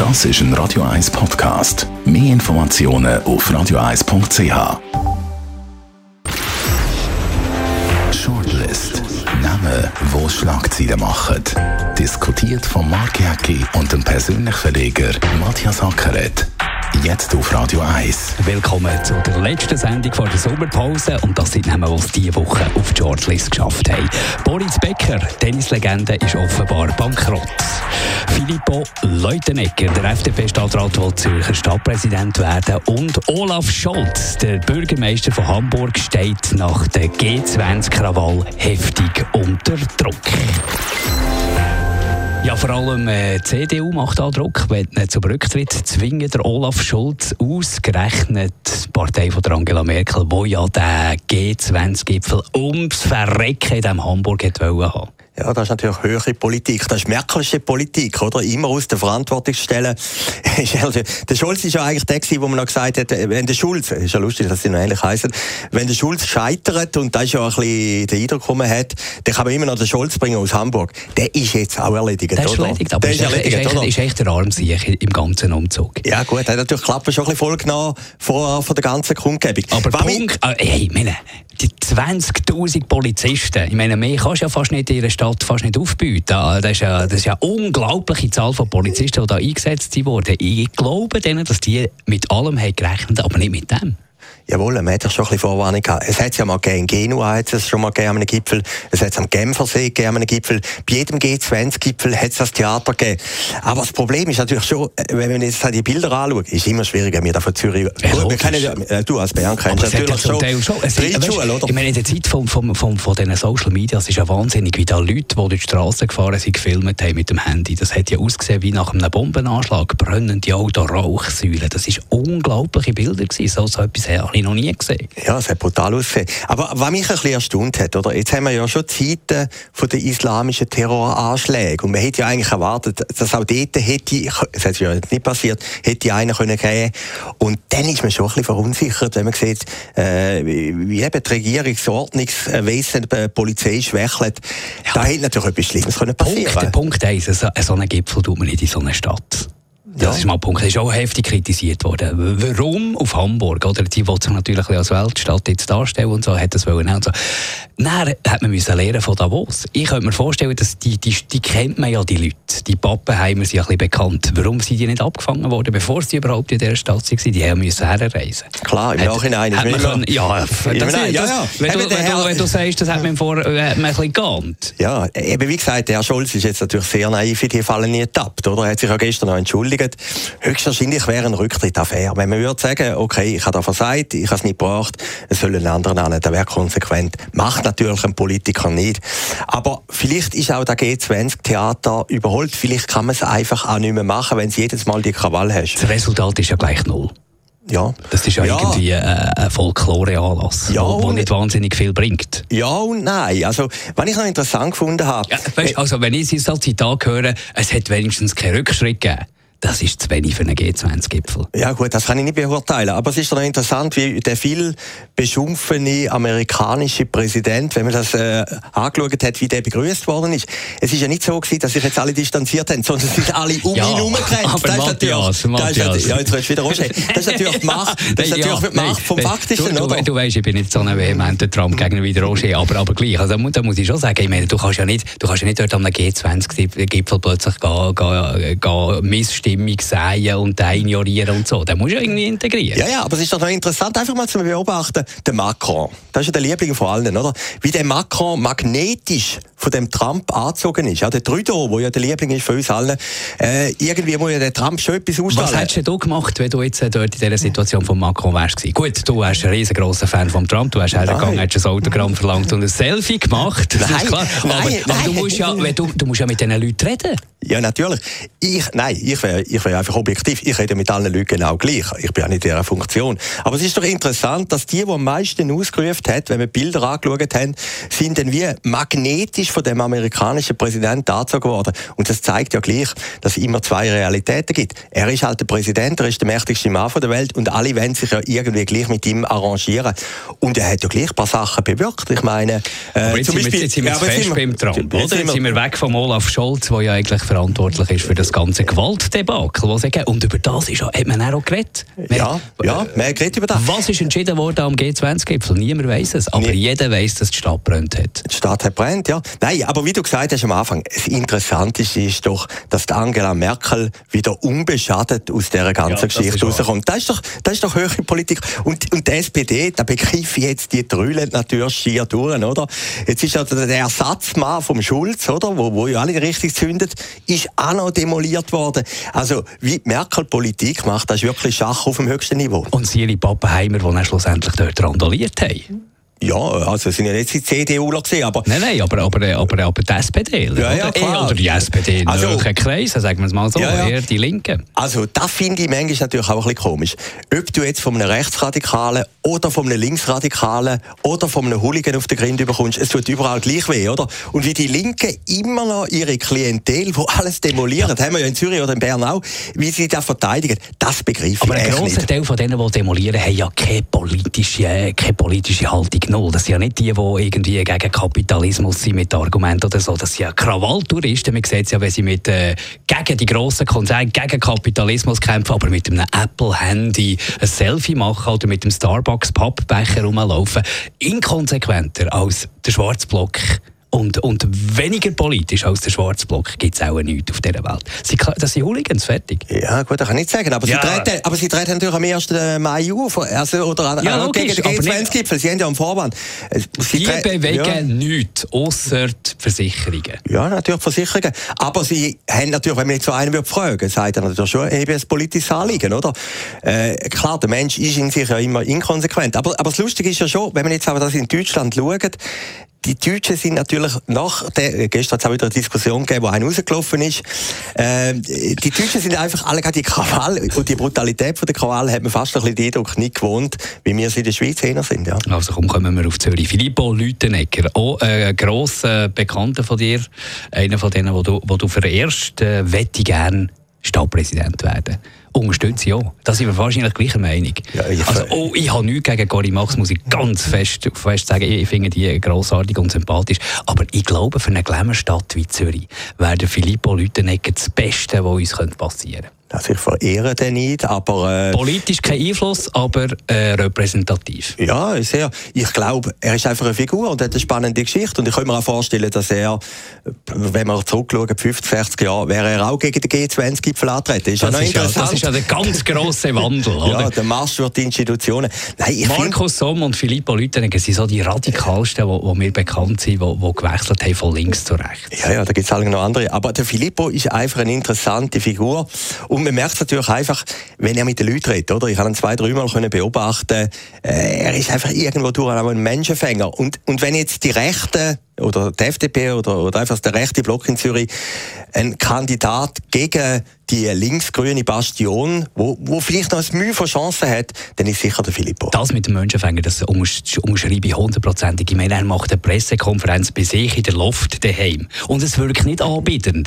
Das ist ein Radio 1 Podcast. Mehr Informationen auf radio1.ch. Shortlist. Namen, die Schlagzeilen machen. Diskutiert von Mark Jäcki und dem persönlichen Verleger Matthias Ackeret. Jetzt auf Radio 1. Willkommen zu der letzten Sendung vor der Sommerpause. Und das sind Namen, die es diese Woche auf die Shortlist geschafft haben. Boris Becker, Tennislegende, ist offenbar bankrott. Filippo Leutenegger, der FDP-Stadtrat, will Zürcher Stadtpräsident werden. Und Olaf Scholz, der Bürgermeister von Hamburg, steht nach der G20-Krawall heftig unter Druck. Ja, vor allem die CDU macht da Druck, will nicht zum Rücktritt zwingen. Der Olaf Scholz, ausgerechnet die Partei von der Angela Merkel, die ja den G20-Gipfel ums Verrecken in diesem Hamburg wollte haben. Ja, das ist natürlich höhere Politik. Das ist Merkelsche Politik, oder? Immer aus der Verantwortung stellen. Der Scholz ist ja eigentlich der gewesen, wo man noch gesagt hat, wenn der Schulz, ist ja lustig, dass sie noch ähnlich heissen, wenn der Schulz scheitert, und das ist ja ein bisschen der Eindruck, den man hat, dann kann man immer noch den Scholz bringen aus Hamburg. Der ist jetzt auch erledigt, der ist oder? Erledigt, aber ist echt der Armsieg im ganzen Umzug. Ja gut, er hat natürlich Klappen schon ein bisschen vollgenommen von der ganzen Kundgebung. Aber die 20'000 Polizisten, ich meine, mehr kannst du ja fast nicht in ihrer Stadt aufbieten. Das ist ja eine unglaubliche Zahl von Polizisten, die da eingesetzt wurden. Ich glaube denen, dass die mit allem haben gerechnet, aber nicht mit dem. Jawohl, man hat ja schon ein bisschen Vorwarnung gehabt. Es hat ja mal gegeben, in Genua hat es schon mal gegeben an einem Gipfel, es hat es am Genfersee gegeben an einem Gipfel, bei jedem G20-Gipfel hat es das Theater gegeben. Aber das Problem ist natürlich schon, wenn man jetzt die Bilder anschaut, ist immer schwieriger, wir da von Zürich... Ja, wir kennen ja, du als Bern kennst natürlich schon Reitschule, oder? Ich meine, in der Zeit von diesen Social Media, es ist ja wahnsinnig, wie da Leute, die durch die Straße gefahren sind, gefilmt haben mit dem Handy. Das hat ja ausgesehen wie nach einem Bombenanschlag, brennende Autos, Rauchsäulen. Das waren unglaubliche Bilder gewesen. So etwas habe ich noch nie gesehen. Ja, es hat brutal ausgesehen. Aber was mich ein bisschen erstaunt hat, oder? Jetzt haben wir ja schon Zeiten von den islamischen Terroranschlägen. Und man hätte ja eigentlich erwartet, dass auch dort hätte, es hat ja nicht passiert, hätte einer können gehen. Und dann ist man schon ein bisschen verunsichert, wenn man sieht, wie eben die Regierungsordnungswesen, die Polizei schwächelt. Ja. Da hätte natürlich etwas Schlimmes können passieren. Punkt 1, so einen Gipfel tut man nicht in so einer Stadt. Das ist mal ein Punkt. Das ist auch heftig kritisiert worden. Warum auf Hamburg? Oder die wollte sich natürlich als Weltstadt jetzt darstellen und so, hat das wollen und so. Dann hat man müssen lernen von Davos. Ich könnte mir vorstellen, dass die kennt man ja, die Leute. Die Pappenheimer sind ja ein bisschen bekannt. Warum sind die nicht abgefangen worden, bevor sie überhaupt in dieser Stadt waren? Die müssen herreisen. Klar, im Nachhinein. Wenn du sagst, das hat man vorher ein bisschen geahnt. Ja, eben wie gesagt, der Herr Scholz ist jetzt natürlich sehr naiv in die Falle nie getappt, oder? Er hat sich ja gestern noch entschuldigt. Höchstwahrscheinlich wäre ein Rücktritt fair. Wenn man würde sagen, okay, ich habe da versagt, ich habe es nicht gebracht, es soll einen anderen an, das wäre konsequent. Macht natürlich ein Politiker nicht. Aber vielleicht ist auch das G20-Theater überholt. Vielleicht kann man es einfach auch nicht mehr machen, wenn es jedes Mal die Krawall hast. Das Resultat ist ja gleich 0. Ja. Das ist ja irgendwie ein Folklore-Anlass, der nicht wahnsinnig viel bringt. Ja und nein. Also, was ich noch interessant gefunden habe... Ja, weißt, also, wenn ich jetzt als Zitat höre, es hat wenigstens keinen Rückschritt gegeben. Das ist zu wenig für einen G20-Gipfel. Ja gut, das kann ich nicht beurteilen. Aber es ist doch interessant, wie der viel beschumpfene amerikanische Präsident, wenn man das angeschaut hat, wie der begrüßt worden ist. Es ist ja nicht so gewesen, dass sich jetzt alle distanziert haben, sondern es sind alle um ihn herumgerannt. Aber Matthias. Ja, jetzt willst du wieder rausstehen. Das ist natürlich die Macht, die Macht vom Faktischen, oder? Du weisst, ich bin nicht so ein vehementer Trump-Gegner wie der Roger, aber gleich. Also, da muss ich schon sagen, ich meine, du kannst ja nicht dort an einem G20-Gipfel plötzlich gehen missstimmig sehen und ignorieren und so. Den musst du ja irgendwie integrieren. Ja, aber es ist doch noch interessant, einfach mal zu beobachten, der Macron. Das ist ja der Liebling von allen, oder? Wie der Macron magnetisch von dem Trump angezogen ist. Ja, der Trudeau, der ja der Liebling ist von uns allen, irgendwie muss ja der Trump schon etwas ausstrahlen. Was hättest du gemacht, wenn du jetzt dort in dieser Situation von Macron wärst gewesen? Gut, du wärst ein riesengroßer Fan von Trump, du wärst hergegangen, hättest ein Autogramm verlangt und ein Selfie gemacht. Das ist klar. Aber du musst ja mit diesen Leuten reden. Ja, natürlich. Ich wäre einfach objektiv. Ich rede mit allen Leuten genau gleich. Ich bin ja nicht in dieser Funktion. Aber es ist doch interessant, dass die am meisten ausgerufen hat, wenn wir Bilder angeschaut haben, sind dann wie magnetisch von dem amerikanischen Präsidenten angezogen worden. Und das zeigt ja gleich, dass es immer zwei Realitäten gibt. Er ist halt der Präsident, er ist der mächtigste Mann der Welt und alle wollen sich ja irgendwie gleich mit ihm arrangieren. Und er hat ja gleich ein paar Sachen bewirkt. Ich meine, zum Beispiel... Jetzt sind wir fest beim Trump, oder? Jetzt sind wir weg von Olaf Scholz, der ja eigentlich verantwortlich ist für das ganze Gewaltdebakel, was es gibt. Und über das hat man auch geredet. Ja, man hat geredet über das. Was ist entschieden worden am G20-Gipfel? Niemand weiss es, aber jeder weiss, dass die Stadt brennt hat. Die Stadt hat brennt, ja. Nein, aber wie du gesagt hast am Anfang, das Interessanteste ist doch, dass die Angela Merkel wieder unbeschadet aus dieser ganzen Geschichte rauskommt. Das ist doch höhere Politik. Und die SPD, da begreife ich jetzt, die drüllen natürlich schier durch, oder? Jetzt ist ja der Ersatzmann vom Schulz, oder? Wo ja alle richtig zündet, ist auch noch demoliert worden. Also, wie die Merkel Politik macht, das ist wirklich Schach auf dem höchsten Niveau. Und Siri Pappenheimer, die dann schlussendlich dort randaliert haben. Ja, also es sind ja nicht die CDUler gesehen, aber... Nein, aber die SPD, klar. Oder die SPD in höheren Kreisen, sagen wir es mal so, eher die Linken. Also das finde ich manchmal natürlich auch ein bisschen komisch. Ob du jetzt von einem Rechtsradikalen oder von einem Linksradikalen oder von einem Hooligan auf den Grind überkommst, es tut überall gleich weh, oder? Und wie die Linken immer noch ihre Klientel, die alles demolieren, haben wir ja in Zürich oder in Bern auch, wie sie das verteidigen, das begreife ich echt nicht. Aber ein grosser Teil von denen, die demolieren, haben ja keine politische Haltung. Das sind ja nicht die irgendwie gegen Kapitalismus sind mit Argumenten oder so. Das sind ja Krawalltouristen. Man sieht es ja, wenn sie gegen die grossen Konzerne, gegen Kapitalismus kämpfen, aber mit einem Apple-Handy ein Selfie machen oder mit dem Starbucks-Pappbecher rumlaufen. Inkonsequenter als der Schwarzblock. Und weniger politisch als der Schwarzblock gibt es auch nichts auf dieser Welt. Das sind Hooligans, fertig. Ja, gut, das kann ich nicht sagen. Aber sie treten natürlich am 1. Mai auf. Also, oder gegen den G20-Gipfel. Sie haben ja am Vorwand. Sie bewegen nichts, ausser die Versicherungen. Ja, natürlich Versicherungen. Aber sie haben natürlich, wenn man jetzt so einen fragen würde, sagt er natürlich schon, eben ein politisches Anliegen, oder? Klar, der Mensch ist in sich ja immer inkonsequent. Aber das Lustige ist ja schon, wenn man jetzt aber das in Deutschland schaut, die Deutschen sind natürlich gestern hat es auch wieder eine Diskussion gegeben, wo einer rausgelaufen ist. Die Deutschen sind einfach alle die Krawall und die Brutalität von der Krawall hat man fast ein bisschen den Eindruck nicht gewohnt, wie wir es in der Schweiz hin sind. Ja. Also kommen wir auf Zürich. Filippo Leutenegger, auch ein grosser Bekannter von dir, einer von denen, wo du verehrst, möchte gerne Stadtpräsident werden. Unterstütze ich auch. Da sind wir wahrscheinlich gleicher Meinung. Ja, ich habe nichts gegen Cory Max, muss ich ganz fest sagen. Ich finde die grossartig und sympathisch. Aber ich glaube, für eine Glamour-Stadt wie Zürich wäre der Filippo Leutenegger das Beste, was uns passieren könnte. Also ich verehre den nicht, aber... Politisch kein Einfluss, aber repräsentativ. Ja, sehr. Ich glaube, er ist einfach eine Figur und hat eine spannende Geschichte. Und ich kann mir auch vorstellen, dass er, wenn wir zurückschauen, 50, 60 Jahre, wäre er auch gegen den G20-Gipfel antreten. Das ist ja der ganz grosse Wandel, oder? Ja, der Marsch durch die Institutionen. Nein, Markus Somm und Filippo Leutenegger sind so die radikalsten, die mir bekannt sind, die gewechselt haben von links zu rechts. Ja, da gibt es noch andere. Aber der Filippo ist einfach eine interessante Figur. Und man merkt es natürlich einfach, wenn er mit den Leuten redet, oder? Ich habe ihn 2-3 Mal beobachten. Er ist einfach irgendwo durch auch ein Menschenfänger. Und wenn jetzt die Rechten oder die FDP oder einfach der rechte Block in Zürich ein Kandidat gegen die linksgrüne Bastion, wo vielleicht noch ein Mühe von Chancen hat, dann ist sicher der Filippo. Das mit dem Menschenfänger, das unterschreibe ich 100%. Ich meine, er macht eine Pressekonferenz bei sich in der Loft daheim. Und es wirkt nicht anbietend.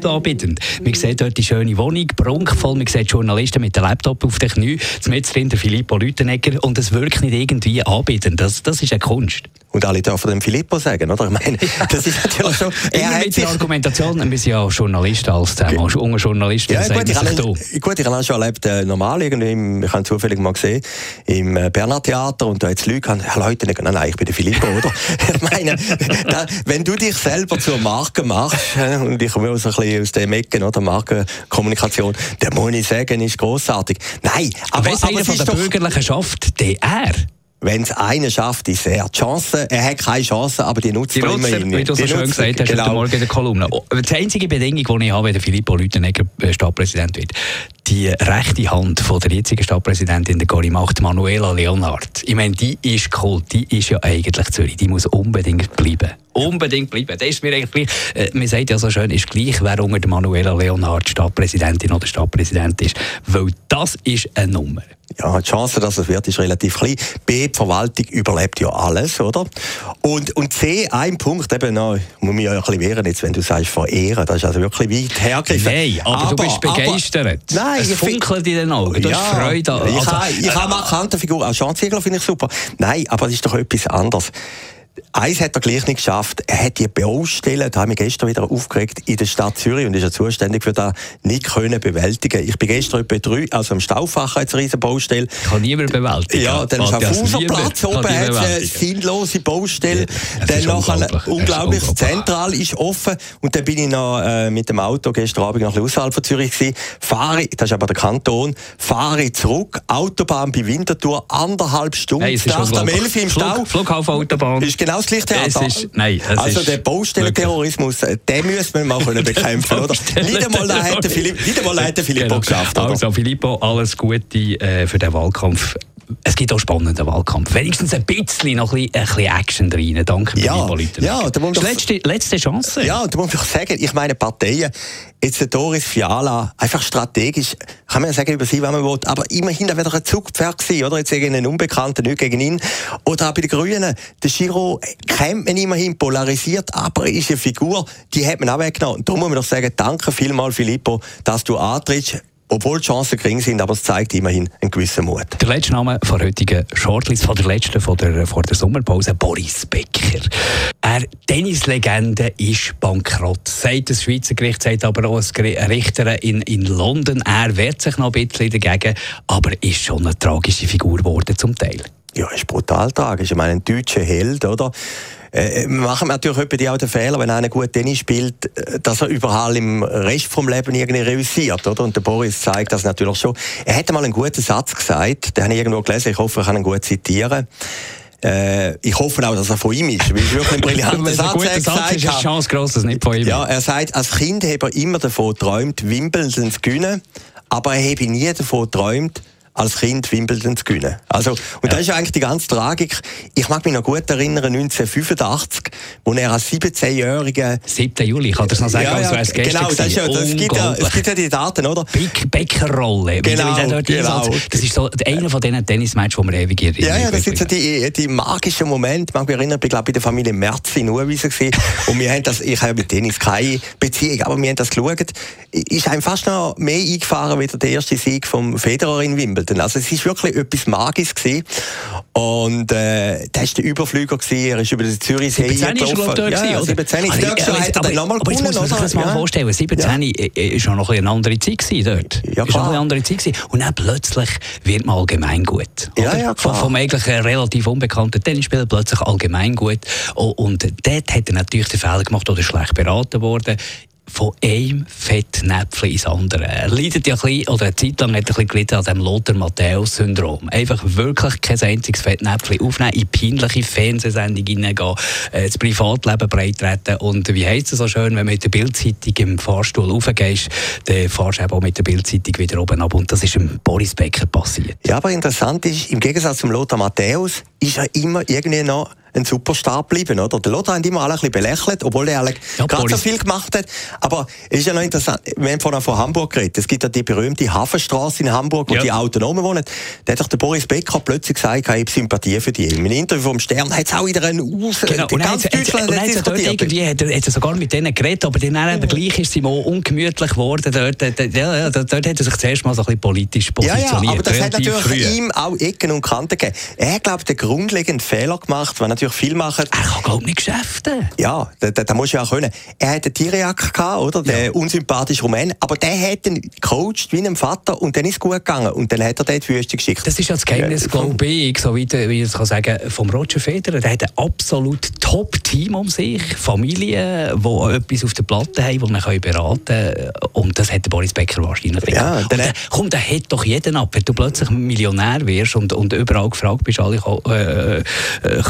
Man sieht dort die schöne Wohnung, prunkvoll, man sieht Journalisten mit dem Laptop auf den Knien, mitten der Filippo Leutenegger, und es wirkt nicht irgendwie anbietend. Das ist eine Kunst. Und alle dürfen dem Filippo sagen, oder? Ich meine, das ist natürlich schon... Immer mit der Argumentation, wir sind ja Journalisten als Thema, junge Journalisten. Ja, gut, ich habe auch schon erlebt, normal irgendwie, ich habe zufällig mal gesehen, im Berner Theater, und da jetzt Leute, Herr Leutenegger, nein, ich bin der Filippo, oder? Ich meine, wenn du dich selber zur Marke machst, und ich komme so ein bisschen aus dem Ecken, oder, Markenkommunikation, dann muss ich sagen, ist grossartig. Nein, aber wenn es einer von der Bürgerlichen schafft, der Wenn es einer schafft, ist er. Die Chance, er hat keine Chance, aber die nutzt er immerhin. Wie du so schön gesagt hast, heute Morgen in der Kolumne. Die einzige Bedingung, die ich habe, wenn der Filippo Leutenegger Stadtpräsident wird, Die rechte Hand von der jetzigen Stadtpräsidentin, der Cory Macht, Manuela Leonhardt. Ich meine, die ist cool, die ist ja eigentlich Zürich, die muss unbedingt bleiben. Unbedingt bleiben. Das ist mir eigentlich gleich. Man sagt ja so schön, ist gleich, wer unter der Manuela Leonhardt Stadtpräsidentin oder Stadtpräsident ist. Weil das ist eine Nummer. Ja, die Chance, dass es wird, ist relativ klein. B, die Verwaltung überlebt ja alles, oder? Und C, ein Punkt, eben noch, muss mich ja ein bisschen wehren, jetzt, wenn du sagst, verehren, das ist also wirklich weit hergegriffen. Nein, aber du bist begeistert. Nein, es funkelt in den Augen, du hast Freude. Ich habe markante Figur, auch Jean Ziegler finde ich super. Nein, aber das ist doch etwas anderes. Eins hat er gleich nicht geschafft. Er hat die Baustellen, da habe ich gestern wieder aufgeregt, in der Stadt Zürich und ist ja zuständig für das, nicht können bewältigen. Ich bin gestern etwa 3, also am Staufacher jetzt eine riesen Baustelle. Kann niemand bewältigen. Ja, dann ist auf Fuserplatz oben eine sinnlose Baustelle. Dann noch unglaublich zentral ist offen. Und dann bin ich noch mit dem Auto gestern Abend noch außerhalb von Zürich gewesen. Fahre, das ist aber der Kanton, fahre zurück, Autobahn bei Winterthur, 1,5 Stunden. Hey, Nacht am 11 im Stau. Flughafenautobahn. Genau das Lichttheater. Also der Baustellenterrorismus, den müssen wir mal bekämpfen, oder? Nicht einmal da hat der Filippo geschafft, oder? Also Filippo, alles Gute für den Wahlkampf. Es gibt auch spannenden Wahlkampf. Wenigstens ein bisschen noch ein bisschen Action rein. Danke für die Politiker. Ja, letzte Chance. Ja, da muss ich sagen, ich meine Parteien, jetzt der Doris Fiala, einfach strategisch, kann man ja sagen über sie, was man will, aber immerhin, da wäre doch ein Zugpferd gewesen, oder? Jetzt gegen einen Unbekannten, nicht gegen ihn. Oder auch bei den Grünen, der Giro kennt man immerhin, polarisiert, aber ist eine Figur, die hat man auch weggenommen. Und darum muss man doch sagen, danke vielmals, Filippo, dass du antrittst. Obwohl die Chancen gering sind, aber es zeigt immerhin einen gewissen Mut. Der letzte Name von der heutigen Shortlist, von der letzten, vor der Sommerpause, Boris Becker. Tennislegende ist bankrott. Sagt das Schweizer Gericht, sagt aber auch ein Richter in London. Er wehrt sich noch ein bisschen dagegen, aber ist schon eine tragische Figur geworden zum Teil. Ja, ist brutal tragisch. Ich meine, ein deutscher Held, oder? Wir machen natürlich auch den Fehler, wenn einer gut Tennis spielt, dass er überall im Rest vom Leben irgendwie reüssiert, oder? Und der Boris zeigt das natürlich schon. Er hat mal einen guten Satz gesagt, den habe ich irgendwo gelesen, ich hoffe, ich kann ihn gut zitieren. Ich hoffe auch, dass er von ihm ist, weil es wirklich ein brillanter Satz. Wenn es ein guter Satz ist, ist die Chance gross, dass es nicht von ihm ist. Ja, er sagt, als Kind habe er immer davon geträumt, Wimbledon zu gewinnen, aber er habe nie davon geträumt, als Kind Wimbledon zu gewinnen. Also, und das ist ja eigentlich die ganze Tragik. Ich mag mich noch gut erinnern, 1985, wo er als 17-Jähriger... 7. Juli, ich kann das noch sagen, als wäre es gestern genau, es gibt ja die Daten, oder? Becker-Rolle. Genau. Das ist so einer von diesen Tennismatches, die wir ewig erinnern. Ja, das sind so die magischen Momente. Ich mag mich erinnern, ich glaube, bei der Familie Merz in Uhrwiesen gewesen. Und wir haben das, ich habe mit Tennis keine Beziehung, aber wir haben das geschaut. Ist einem fast noch mehr eingefahren, wie der erste Sieg vom Federer in Wimbledon. Also es ist wirklich etwas Magisches gewesen. Und das war der Überflüger gewesen. Er ist über den Zürichsee gelaufen. Ja, 17 ist dort schon, hat er dann nochmal gewonnen, oder? Aber jetzt muss man sich das mal vorstellen. 17 ist schon noch eine andere Zeit gewesen dort. Ja, ist noch eine andere Zeit gewesen. Und dann plötzlich wird man allgemein gut. Ja, klar. Vom eigentlich relativ unbekannten Tennisspieler plötzlich allgemein gut. Und dort hat er natürlich den Fehler gemacht oder schlecht beraten worden. Von einem Fettnäpfchen ins andere. Er leidet ja ein bisschen, oder eine Zeit lang hat er ein bisschen gelitten an dem Lothar-Matthäus-Syndrom. Einfach wirklich kein einziges Fettnäpfchen aufnehmen, in peinliche Fernsehsendungen hineingehen, das Privatleben breittreten. Und wie heisst es so schön, wenn man mit der Bild-Zeitung im Fahrstuhl raufgehst, dann fahrst du eben auch mit der Bild-Zeitung wieder oben ab. Und das ist dem Boris Becker passiert. Ja, aber interessant ist, im Gegensatz zum Lothar Matthäus ist er immer irgendwie noch ein Superstar geblieben, oder? Der Lothar hat immer alle ein bisschen belächelt, obwohl er gerade so viel gemacht hat. Aber es ist ja noch interessant, wir haben vorhin von Hamburg geredet. Es gibt ja die berühmte Hafenstraße in Hamburg, wo die Autonomen wohnen. Da hat doch der Boris Becker plötzlich gesagt, ich habe Sympathie für die. Im Interview vom Stern hat es auch wieder einen Genau. Und ganz Deutschland hat diskutiert. Irgendwie hat er sogar mit denen geredet, aber dann gleich ist es auch ungemütlich geworden. Dort hat er sich zuerst mal so ein bisschen politisch positioniert. Ja, aber das hat natürlich ihm auch Ecken und Kanten gegeben. Er hat, glaube ich, den grundlegenden Fehler gemacht, weil natürlich viel machen. Er kann gar nicht Geschäfte. Ja, da muss ja auch können. Er hatte einen Tiriak gehabt, oder? Der unsympathische Rumän. Aber der hat ihn gecoacht wie einem Vater und dann ist es gut gegangen. Und dann hat er dort die Wüste geschickt. Das ist ja das Geheimnis, glaube ich, so wie ich es sagen kann, vom Roger Federer. Der hat ein absolut Top-Team um sich. Familie, die etwas auf der Platte haben, die man beraten kann. Und das hat der Boris Becker wahrscheinlich. Ja, dann hat doch jeden ab. Wenn du plötzlich Millionär wirst und überall gefragt bist, alle klopfen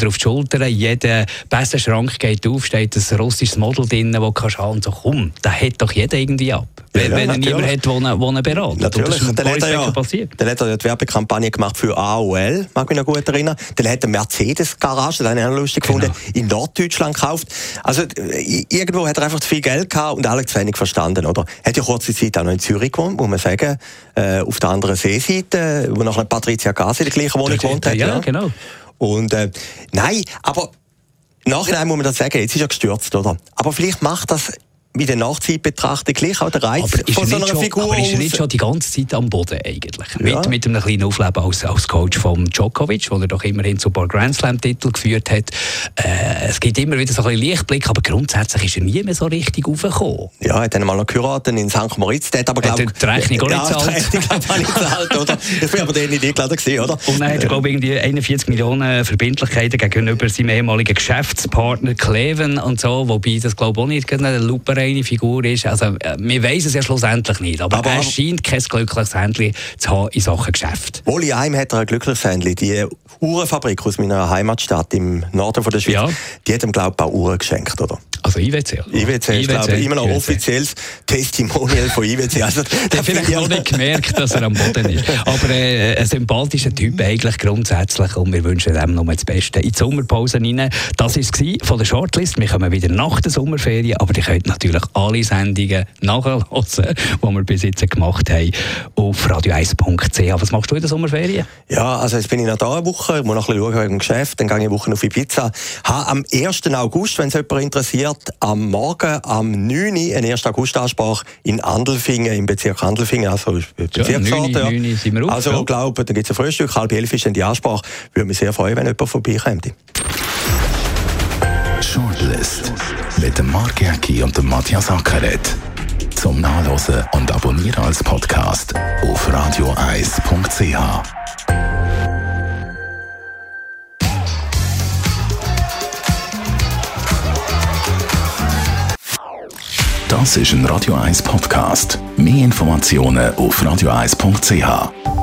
auf die Schulter, jeder Bessenschrank geht auf, steht ein russisches Model drin, das kannst du haben und so, komm, da hat doch jeder irgendwie ab. Wenn er niemand hat, der ihn beratet. Natürlich. Und das ist dann hat er die Werbekampagne gemacht für AOL, mag mich noch gut erinnern. Dann hat er Mercedes-Garage, das habe ich auch lustig gefunden, in Norddeutschland gekauft. Also irgendwo hat er einfach zu viel Geld gehabt und alle zu wenig verstanden, oder? Er hat ja kurze Zeit auch noch in Zürich gewohnt, muss man sagen, auf der anderen Seeseite, wo noch Patricia Gasi in der gleichen Wohnung gewohnt hat. Ja, genau. Und nein, aber nachher muss man das sagen, jetzt ist er gestürzt, oder? Aber vielleicht macht das mit der Nachzeitbetrachtung gleich auch der Reiz von so einer Figur. Aber ist er nicht schon die ganze Zeit am Boden eigentlich? Ja. Mit einem kleinen Aufleben als Coach von Djokovic, wo er doch immerhin zu ein paar Grand Slam-Titel geführt hat. Es gibt immer wieder so ein bisschen Lichtblick, aber grundsätzlich ist er nie mehr so richtig raufgekommen. Ja, er hat dann mal noch geheiratet in St. Moritz. Der hat aber, glaube ich, die Rechnung auch nicht gezahlt. Oder? Ich bin aber den nicht eingeladen gewesen, oder? Und dann hat er, glaube ich, irgendwie 41 Millionen Verbindlichkeiten gegenüber seinem ehemaligen Geschäftspartner Cleven und so, wobei das, glaube ich, auch nicht eine lupenreine Figur ist. Also, wir weiss es ja schlussendlich nicht, aber er scheint kein glückliches Händchen zu haben in Sachen Geschäft. Wohl in einem hat er ein glückliches Händchen. Die Uhrenfabrik aus meiner Heimatstadt im Norden von der Schweiz, die hat ihm, glaube ich, auch Uhren geschenkt, oder? Also IWC? IWC ist, glaube ich, immer noch offizielles Testimonial von IWC. Also, der hat vielleicht noch nicht gemerkt, dass er am Boden ist. Aber ein sympathischer Typ eigentlich grundsätzlich und wir wünschen ihm nur das Beste. In die Sommerpause rein. Das war es von der Shortlist. Wir kommen wieder nach der Sommerferien, aber ihr könnt natürlich alle Sendungen nachhören, die wir bis jetzt gemacht haben, auf radio1.ch. Was machst du in der Sommerferien? Ja, also jetzt bin ich noch da eine Woche, ich muss noch ein bisschen schauen wegen dem Geschäft, dann gehe ich eine Woche auf Ibiza. Am 1. August, wenn es jemand interessiert, am Morgen, am 9. Uhr, eine 1. August-Ansprache in Andelfingen, im Bezirk Andelfingen, also Bezirksort. Ja, 9 sind wir auf, also ich glaube, da gibt es ein Frühstück, 10:30 ist dann die Ansprache. Würde mich sehr freuen, wenn jemand vorbeikommt. Shortlist mit dem Mark Jäcki und dem Matthias Ackeret. Zum Nachlesen und Abonnieren als Podcast auf radio1.ch. Das ist ein Radio 1 Podcast. Mehr Informationen auf radio1.ch.